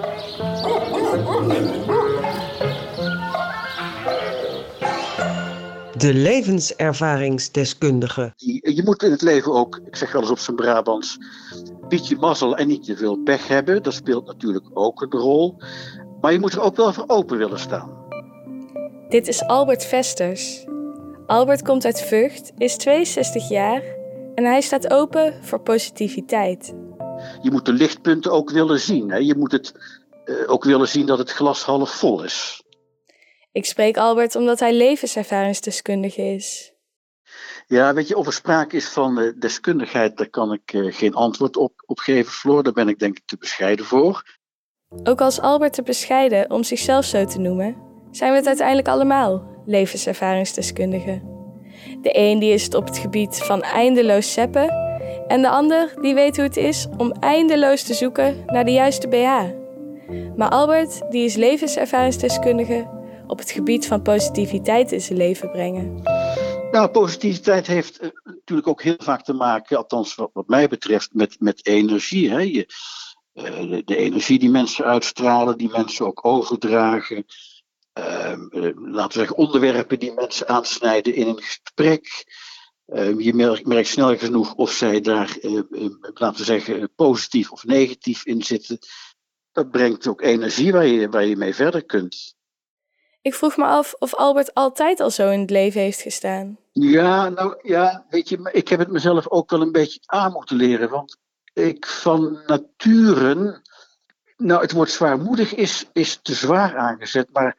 De levenservaringsdeskundige. Je moet in het leven ook, ik zeg wel eens op zijn Brabants, beetje mazzel en niet te veel pech hebben. Dat speelt natuurlijk ook een rol. Maar je moet er ook wel voor open willen staan. Dit is Albert Vesters. Albert komt uit Vught, is tweeënzestig jaar en hij staat open voor positiviteit. Je moet de lichtpunten ook willen zien. Hè? Je moet het uh, ook willen zien dat het glas half vol is. Ik spreek Albert omdat hij levenservaringsdeskundige is. Ja, weet je, of er sprake is van uh, deskundigheid, daar kan ik uh, geen antwoord op, op geven, Floor. Daar ben ik denk ik te bescheiden voor. Ook als Albert te bescheiden om zichzelf zo te noemen, zijn we het uiteindelijk allemaal, levenservaringsdeskundigen. De een die is het op het gebied van eindeloos zeppen en de ander die weet hoe het is om eindeloos te zoeken naar de juiste B H. Maar Albert die is levenservaringsdeskundige op het gebied van positiviteit in zijn leven brengen. Nou, positiviteit heeft uh, natuurlijk ook heel vaak te maken, althans wat, wat mij betreft, met, met energie. Hè? Je, uh, de, de energie die mensen uitstralen, die mensen ook overdragen. Uh, uh, laten we zeggen, onderwerpen die mensen aansnijden in een gesprek. Uh, je merkt, merkt snel genoeg of zij daar, uh, uh, laten we zeggen, positief of negatief in zitten. Dat brengt ook energie waar je, waar je mee verder kunt. Ik vroeg me af of Albert altijd al zo in het leven heeft gestaan. Ja, nou ja, weet je, ik heb het mezelf ook wel een beetje aan moeten leren. Want ik van nature, nou het woord zwaarmoedig is, is te zwaar aangezet, maar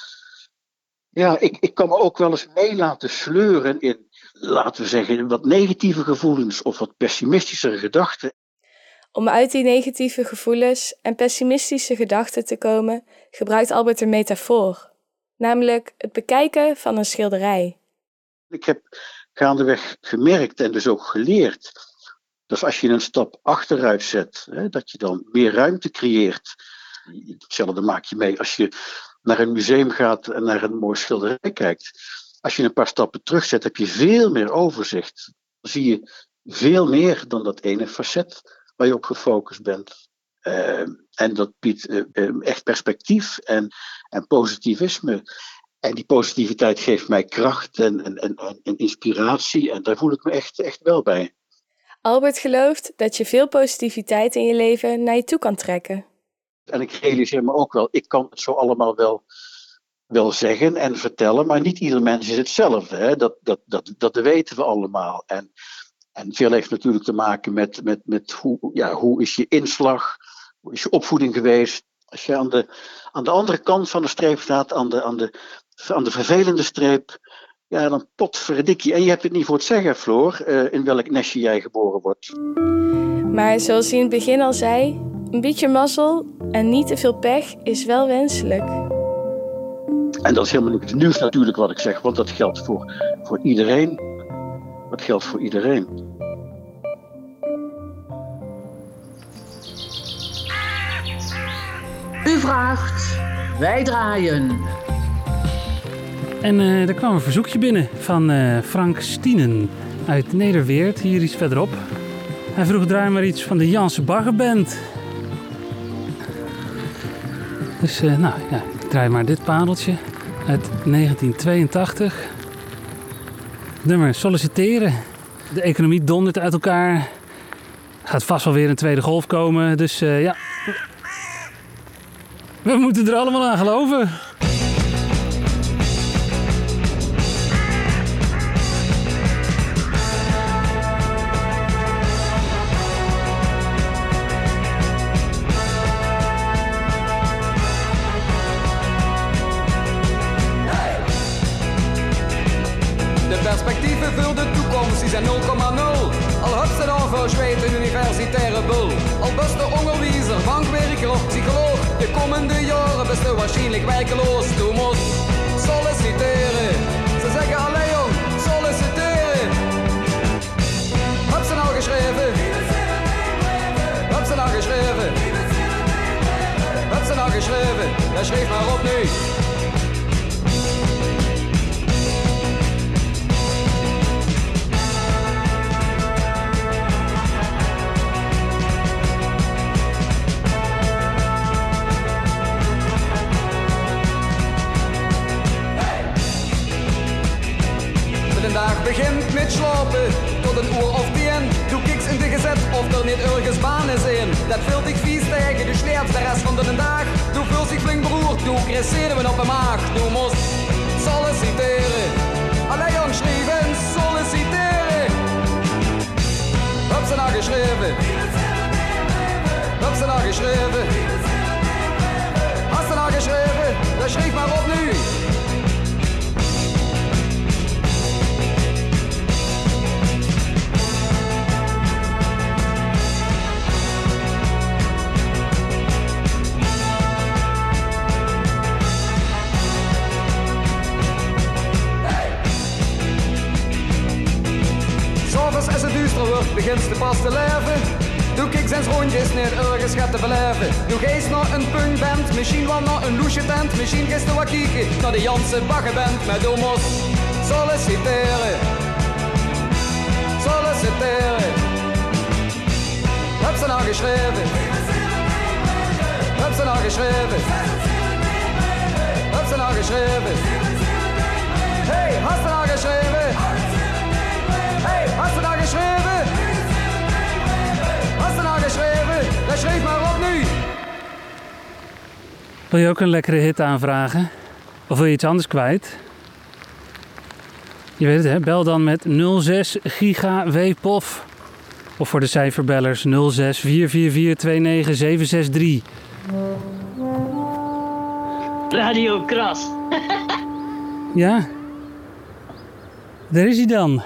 ja, ik, ik kan me ook wel eens mee laten sleuren in, laten we zeggen, wat negatieve gevoelens of wat pessimistische gedachten. Om uit die negatieve gevoelens en pessimistische gedachten te komen, gebruikt Albert een metafoor. Namelijk het bekijken van een schilderij. Ik heb gaandeweg gemerkt en dus ook geleerd, dat als je een stap achteruit zet, hè, dat je dan meer ruimte creëert. Hetzelfde maak je mee als je naar een museum gaat en naar een mooi schilderij kijkt. Als je een paar stappen terugzet, heb je veel meer overzicht. Dan zie je veel meer dan dat ene facet waar je op gefocust bent. Uh, en dat biedt uh, uh, echt perspectief en, en positivisme. En die positiviteit geeft mij kracht en, en, en, en inspiratie. En daar voel ik me echt, echt wel bij. Albert gelooft dat je veel positiviteit in je leven naar je toe kan trekken. En ik realiseer me ook wel, ik kan het zo allemaal wel, wel zeggen en vertellen. Maar niet ieder mens is hetzelfde. Hè? Dat, dat, dat, dat weten we allemaal. En, en veel heeft natuurlijk te maken met, met, met hoe, ja, hoe is je inslag, hoe is je opvoeding geweest. Als je aan de, aan de andere kant van de streep staat, aan de, aan de, aan de vervelende streep, ja, dan potverdikkie. En je hebt het niet voor het zeggen, Floor, uh, in welk nestje jij geboren wordt. Maar zoals hij in het begin al zei, een beetje mazzel en niet te veel pech is wel wenselijk. En dat is helemaal niet nieuws natuurlijk wat ik zeg, want dat geldt voor, voor iedereen. Dat geldt voor iedereen. U vraagt, wij draaien. En uh, er kwam een verzoekje binnen van uh, Frank Stienen uit Nederweert, hier iets verderop. Hij vroeg, draai maar iets van de Janse Baggerband. Dus uh, nou ja, ik draai maar dit pareltje uit negentien tweeëntachtig. Nummer solliciteren. De economie dondert uit elkaar. Gaat vast wel weer een tweede golf komen, dus uh, ja. We moeten er allemaal aan geloven. Perspectieven voor de toekomst die zijn nul komma nul. Al heb ze dan verzweet een universitaire bul. Al best de onderwijzer, bankwerker of psycholoog. De komende jaren best du waarschijnlijk werkeloos. Du moet solliciteren. Ze zeggen alleen jong, solliciteren. Heb ze nou geschreven? Heb ze nou geschreven? Heb ze nou geschreven? Ja, schreef maar op nu. begint met slapen tot een uur of tien. Du kijkt in de gezet of er niet ergens banen zijn. Dat vult ik vies tegen, du sleert de rest van de dag. Du voelt zich flink beroerd, du krijgt zenuwen op de maag. Du moest solliciteren, alleen omschreven, solliciteren. Heb ze nou geschreven? Heb ze nou geschreven? Hast du nou geschreven? Dan schrijf maar op nu. S'avonds als het duister wordt, begint ze pas te leven. Doe kijkt zijn rondjes niet ergens gaat te beleven. Doe geest naar een punkband, misschien wel naar een loesje tent. Misschien gist er wat kijken naar de Janse baggenband. Maar du moest solliciteren, solliciteren. Heb ze nou geschreven? Heb ze nou geschreven? Heb ze nou geschreven? Hey, hast du nou geschreven? Hey, hast du nou geschreven? Hast du nou geschreven? Dan schreef maar op nu. Wil je ook een lekkere hit aanvragen? Of wil je iets anders kwijt? Je weet het hè, bel dan met nul zes giga W P O F. Of voor de cijferbellers nul zes vier vier vier twee negen zeven zes drie. Radio Kras. Ja, daar is hij dan.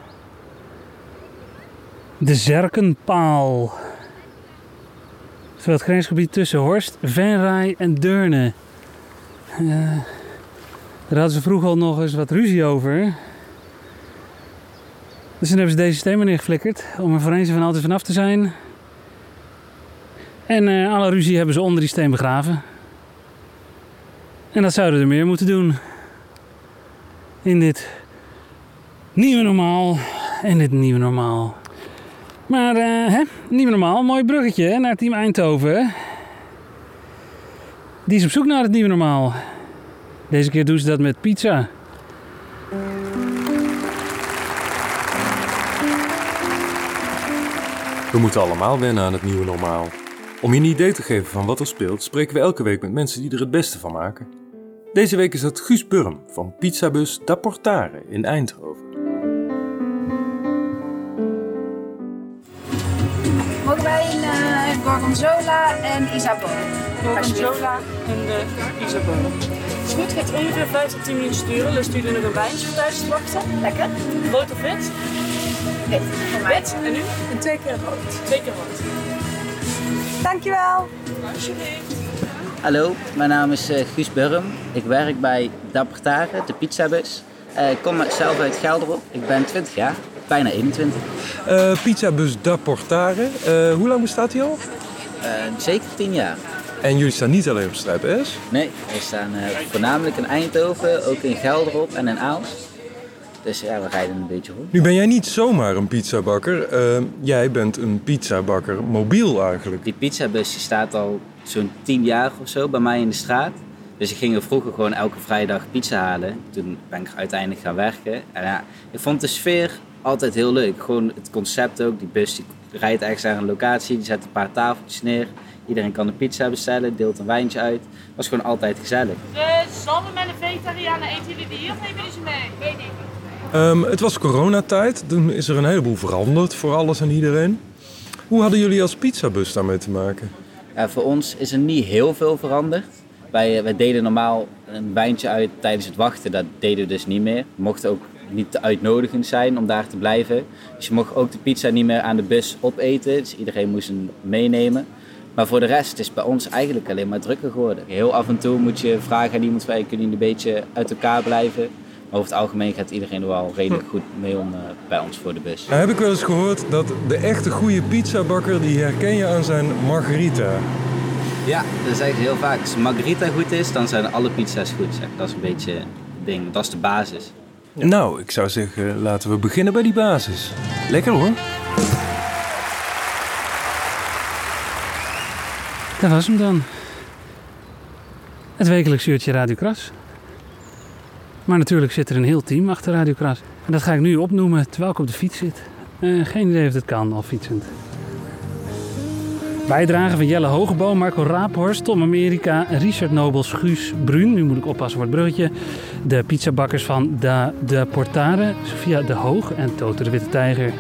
De Zerkenpaal. Terwijl het grensgebied tussen Horst, Venray en Deurne. Uh, daar hadden ze vroeger al nog eens wat ruzie over. Dus toen hebben ze deze steen neergeflikkerd om er voor eens en van altijd vanaf te zijn. En uh, alle ruzie hebben ze onder die steen begraven. En dat zouden er meer moeten doen. In dit nieuwe normaal. In dit nieuwe normaal. Maar, uh, hè, nieuwe normaal. Mooi bruggetje hè, naar Team Eindhoven. Die is op zoek naar het nieuwe normaal. Deze keer doen ze dat met pizza. We moeten allemaal wennen aan het nieuwe normaal. Om je een idee te geven van wat er speelt, spreken we elke week met mensen die er het beste van maken. Deze week is dat Guus Burm van Pizzabus Da Portare in Eindhoven. Mogen wij een uh, gorgonzola en Isabeau? Gorgonzola en uh, Isabeau. Het is goed, gaat ongeveer vijf tot tien minuten sturen. Lust jullie nog een wijntje voor thuis te wachten? Lekker. Rood of wit? Wit. Wit. En nu? En twee keer rood. Twee keer rood. Dankjewel. Alsjeblieft. Hallo, mijn naam is uh, Guus Burm. Ik werk bij Da Portare, de pizzabus. Uh, ik kom zelf uit Gelderop. Ik ben twintig jaar, bijna eenentwintig. Uh, pizzabus Da Portare, uh, hoe lang bestaat die al? Uh, zeker tien jaar. En jullie staan niet alleen op Strijp S? Nee, we staan uh, voornamelijk in Eindhoven, ook in Gelderop en in Aalst. Dus ja, we rijden een beetje rond. Nu ben jij niet zomaar een pizzabakker. Uh, jij bent een pizzabakker mobiel eigenlijk. Die pizzabus die staat al zo'n tien jaar of zo bij mij in de straat. Dus ik ging er vroeger gewoon elke vrijdag pizza halen. Toen ben ik uiteindelijk gaan werken. En ja, ik vond de sfeer altijd heel leuk. Gewoon het concept ook. Die bus die rijdt ergens naar een locatie. Die zet een paar tafeltjes neer. Iedereen kan een pizza bestellen, deelt een wijntje uit. Het was gewoon altijd gezellig. De zalmen met een vegetariaan, eten jullie die hier of nemen jullie ze mee? Weet ik. Um, het was coronatijd. Toen is er een heleboel veranderd voor alles en iedereen. Hoe hadden jullie als pizzabus daarmee te maken? Ja, voor ons is er niet heel veel veranderd. Wij, wij deden normaal een wijntje uit tijdens het wachten. Dat deden we dus niet meer. We mochten ook niet te uitnodigend zijn om daar te blijven. Dus je mocht ook de pizza niet meer aan de bus opeten. Dus iedereen moest hem meenemen. Maar voor de rest is bij ons eigenlijk alleen maar drukker geworden. Heel af en toe moet je vragen aan iemand van, kunnen jullie een beetje uit elkaar blijven? Maar over het algemeen gaat iedereen er wel redelijk goed mee om uh, bij ons voor de bus. Nou heb ik wel eens gehoord dat de echte goede pizzabakker, die herken je aan zijn margarita. Ja, dat is eigenlijk heel vaak. Als margarita goed is, dan zijn alle pizza's goed. Zeg. Dat is een beetje het ding. Dat is de basis. Ja. Nou, ik zou zeggen, laten we beginnen bij die basis. Lekker hoor. Dat was hem dan. Het wekelijks uurtje Radio Kras. Maar natuurlijk zit er een heel team achter Radio Kras. En dat ga ik nu opnoemen terwijl ik op de fiets zit. Uh, geen idee of het kan, al fietsend. Bijdragen van Jelle Hogeboom, Marco Raaphorst, Tom Amerika, Richard Nobels, Guus Bruun. Nu moet ik oppassen voor het bruggetje. De pizzabakkers van Da De Portare, Sophia de Hoog en Toto de Witte Tijger.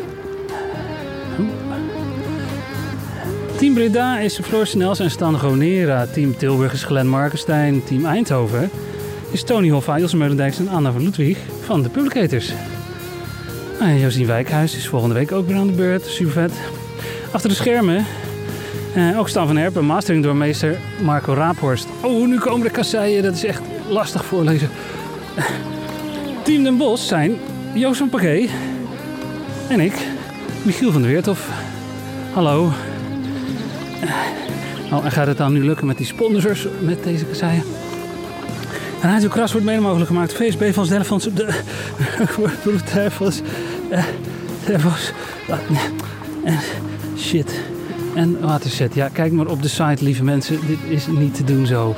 Team Breda is Floor Snels en Stan Gonera. Team Tilburg is Glenn Markenstein. Team Eindhoven is Tony Hoffa, Ilse Meulendijks en Anna van Ludwig van de Publicators. En Josien Wijkhuis is volgende week ook weer aan de beurt. Super vet. Achter de schermen eh, ook Stan van Herpen, mastering door meester Marco Raaphorst. Oh, nu komen de kasseien. Dat is echt lastig voorlezen. Team Den Bosch zijn Joost van Paquet en ik, Michiel van der Weerthof. Hallo. Oh, en gaat het dan nu lukken met die sponsors met deze kasseien? Radio Kras wordt mede mogelijk gemaakt. V S B van Delfons op de Delfons. Delfons. En shit. En waterzet. Ja, kijk maar op de site, lieve mensen. Dit is niet te doen zo.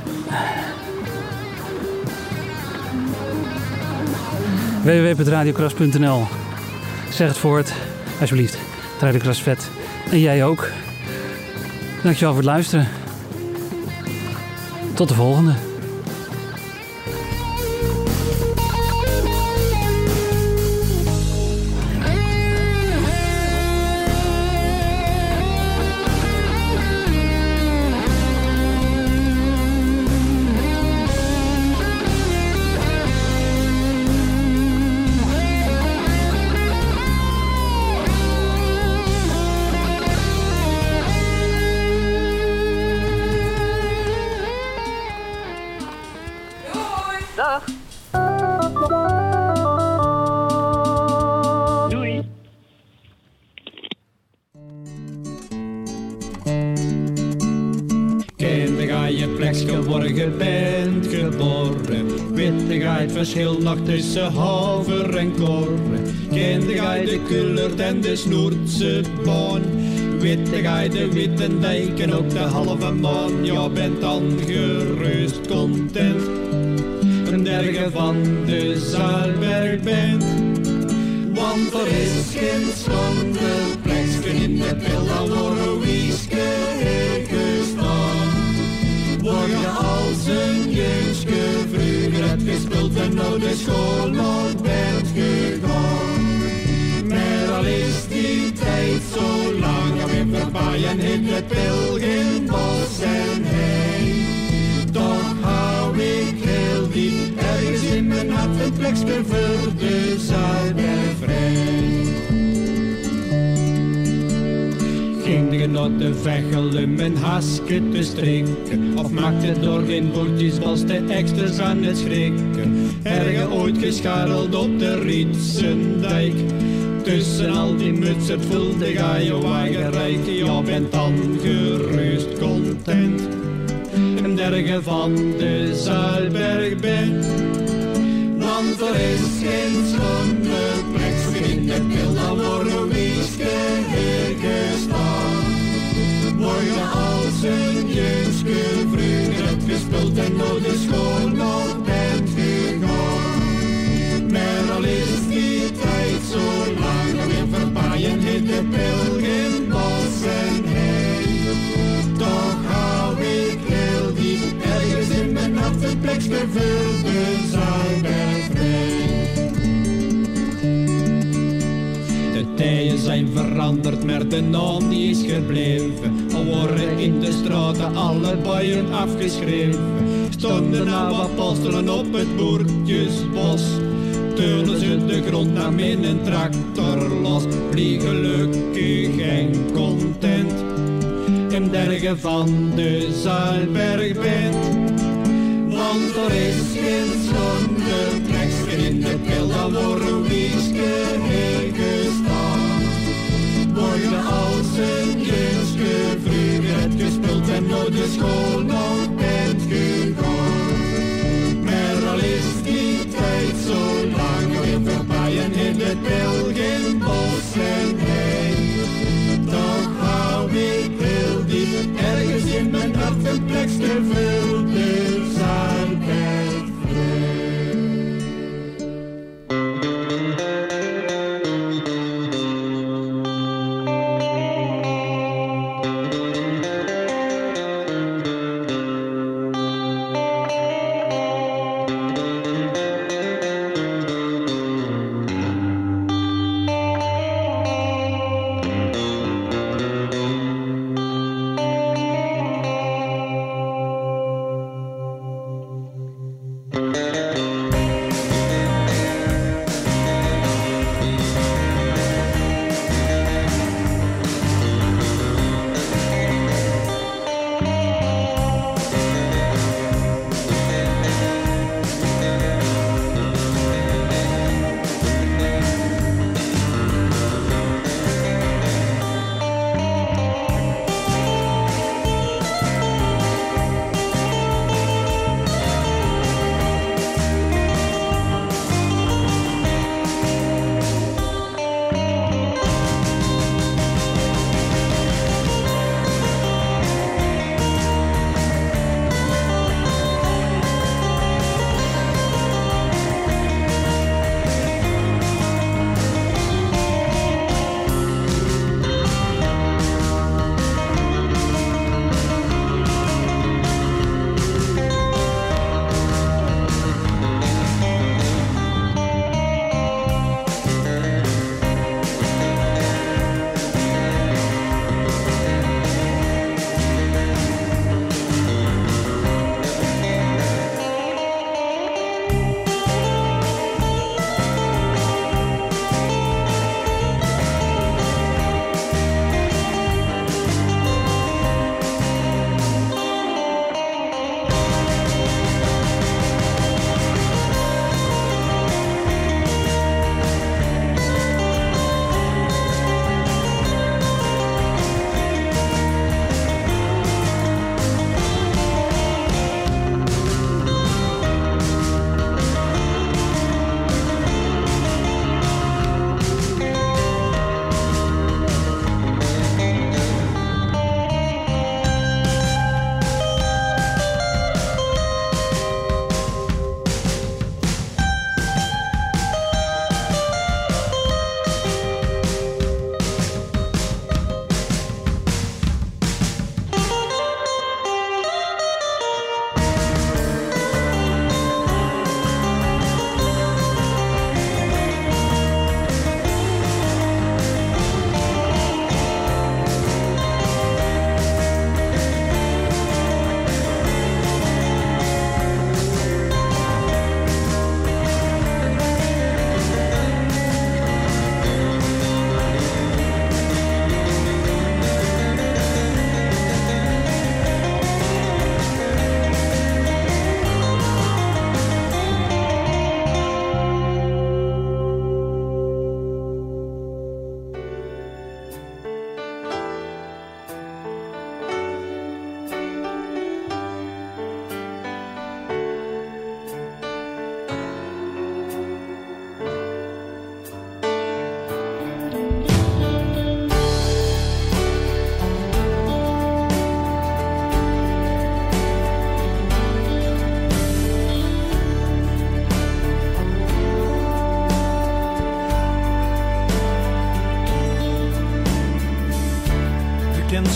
w w w punt radiokras punt n l. Zeg het voort, alsjeblieft. Radio Kras vet. En jij ook. Dankjewel voor het luisteren. Tot de volgende. Verschil nog tussen haver en korre. Kende gij de kullert en de snoertse baan? Witte gij de witte dijk en ook de halve maan? Ja, bent dan gerust content. Een derge van de Zaalberg bent. Want er is geen schondelplekje in de pilla voor een wieske gestaan. Word je als een jeugdje vroeger het gespeeld en nou de schoolmaat bent gegaan. Maar al is die tijd zo lang, gaan we voorbij en in het pilgenbos en heen. Toch hou ik heel diep ergens in mijn hart een plekje voor de Zaalberg vrij. Ging je naar de vechel om een hasje te strikken? Of maakte door geen boertjes als de extra's aan het schrikken? Erge ooit gescharreld op de Rietzendijk? Tussen al die mutsen vulde ga je wagen rijk. Ja, bent dan gerust content. Een derge van de Zaalberg bent. Want er is geen schone plek in de pilla voor een wieske gestaan. Word je als een jeugdje vroeger het gespeeld en door de schoolmaat bent gegaan. Maar al is die tijd zo lang, weer voorbij en in de pilgenbos en heen. Toch hou ik heel diep ergens in mijn hart een plekje voor de Zaalberg vrij. De tijden zijn veranderd, maar de naam die is gebleven. Al worden in de straten alle buien afgeschreven. Stonden nou apostelen op het boertjesbos. Teulen ze de grond naar min een tractor los. Vlieg gelukkig en content. En derge van de Zaalberg bent. Want er is geen schone plekje in de pilla voor een wieske gestaan. Word je als een jeugdje vroeger het gespeeld en nooit de schoolmaat bent gegaan. Maar al is die tijd zo lang, weer voorbij en in het pilgenbos en heen. Toch hou ik heel diep ergens in mijn hart een plekje voor de Zaalberg vrij.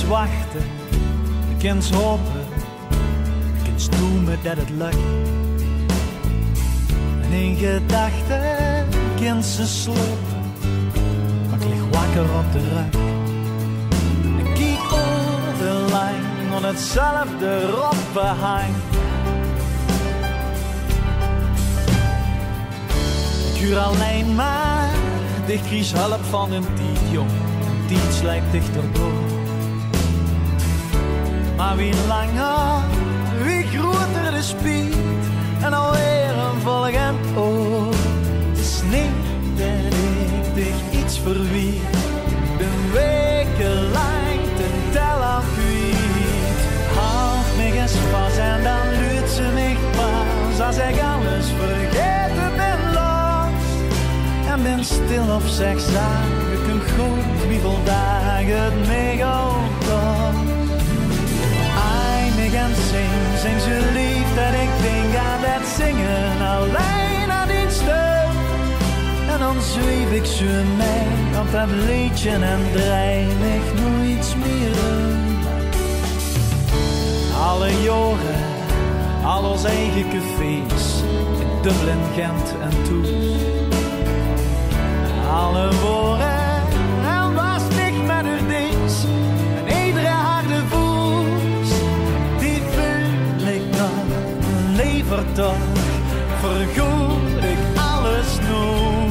wachten, je kunt hopen, je kunt dromen dat het lukt. En in gedachten kunt ze slopen, maar ik lig wakker op de rug. Ik kijk over de lijn, aan hetzelfde rotbehang. Ik huur alleen maar, ik kies hulp van een tiet, jong. Een tiet slijkt dichterbij. Maar wie langer, wie groter de spiet. En alweer een volgend oor. Het is niet dat ik dich iets verwier. De wekenlang ten tel aan kwijt. Houd me eens vast en dan luidt ze mij pas. Als ik alles vergeten ben los. En ben stil op seks dagen. Ik kan goed wie vol dagen het mij gaat. En zing, zing zo lief dat ik denk aan dat zingen alleen aan die stem. En dan zweef ik zo mee op dat liedje en draai ik nooit meer om. Alle jaren, al onze eigen cafés, in Dublin, Gent en Tours. Alle woorden en was niet met haar dies, en iedere harde voet. Leverdag vergoed ik alles nog.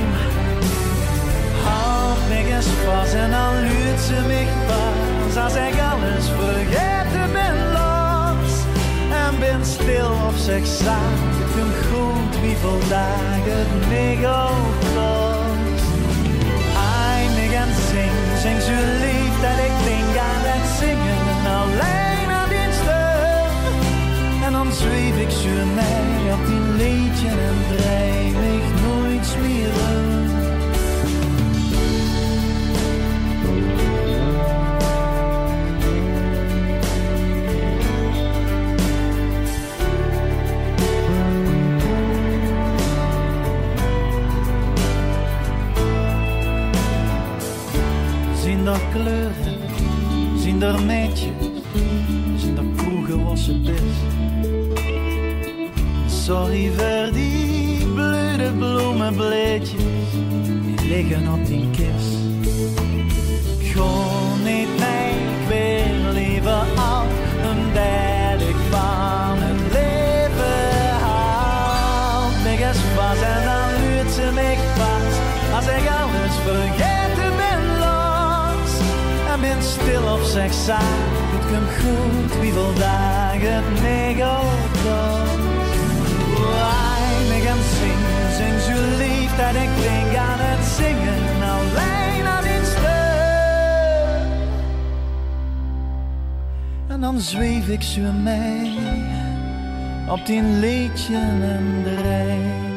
Houd me eens vast en dan luidt ze mij pas. Als ik alles vergeten ben los en ben stil op zichzelf. Ik vind goed wie veel dagen het mij gaat los. Eindig en zing, zing zo lief dat ik denk aan het zingen alleen aan die stem. En dan zweef ik zo mee op die liedje en draai ik nooit meer om. Zien daar kleuren, zien daar meidjes, zien daar kroegen was het best. Sorry voor die blöde bloemenbleedjes, die liggen op die kist. Ik ga niet mee, ik wil liever al omdat ik van het leven hou. Mij eens vast en dan luidt ze mij vast. Als ik alles vergeten ben los en ben stil op zichzelf. Het komt goed wie veel dagen het mij gaat los. Weinig en zing, zing zo lief dat ik denk aan het zingen alleen aan die stem. En dan zweef ik zo mee op die liedje en de rij.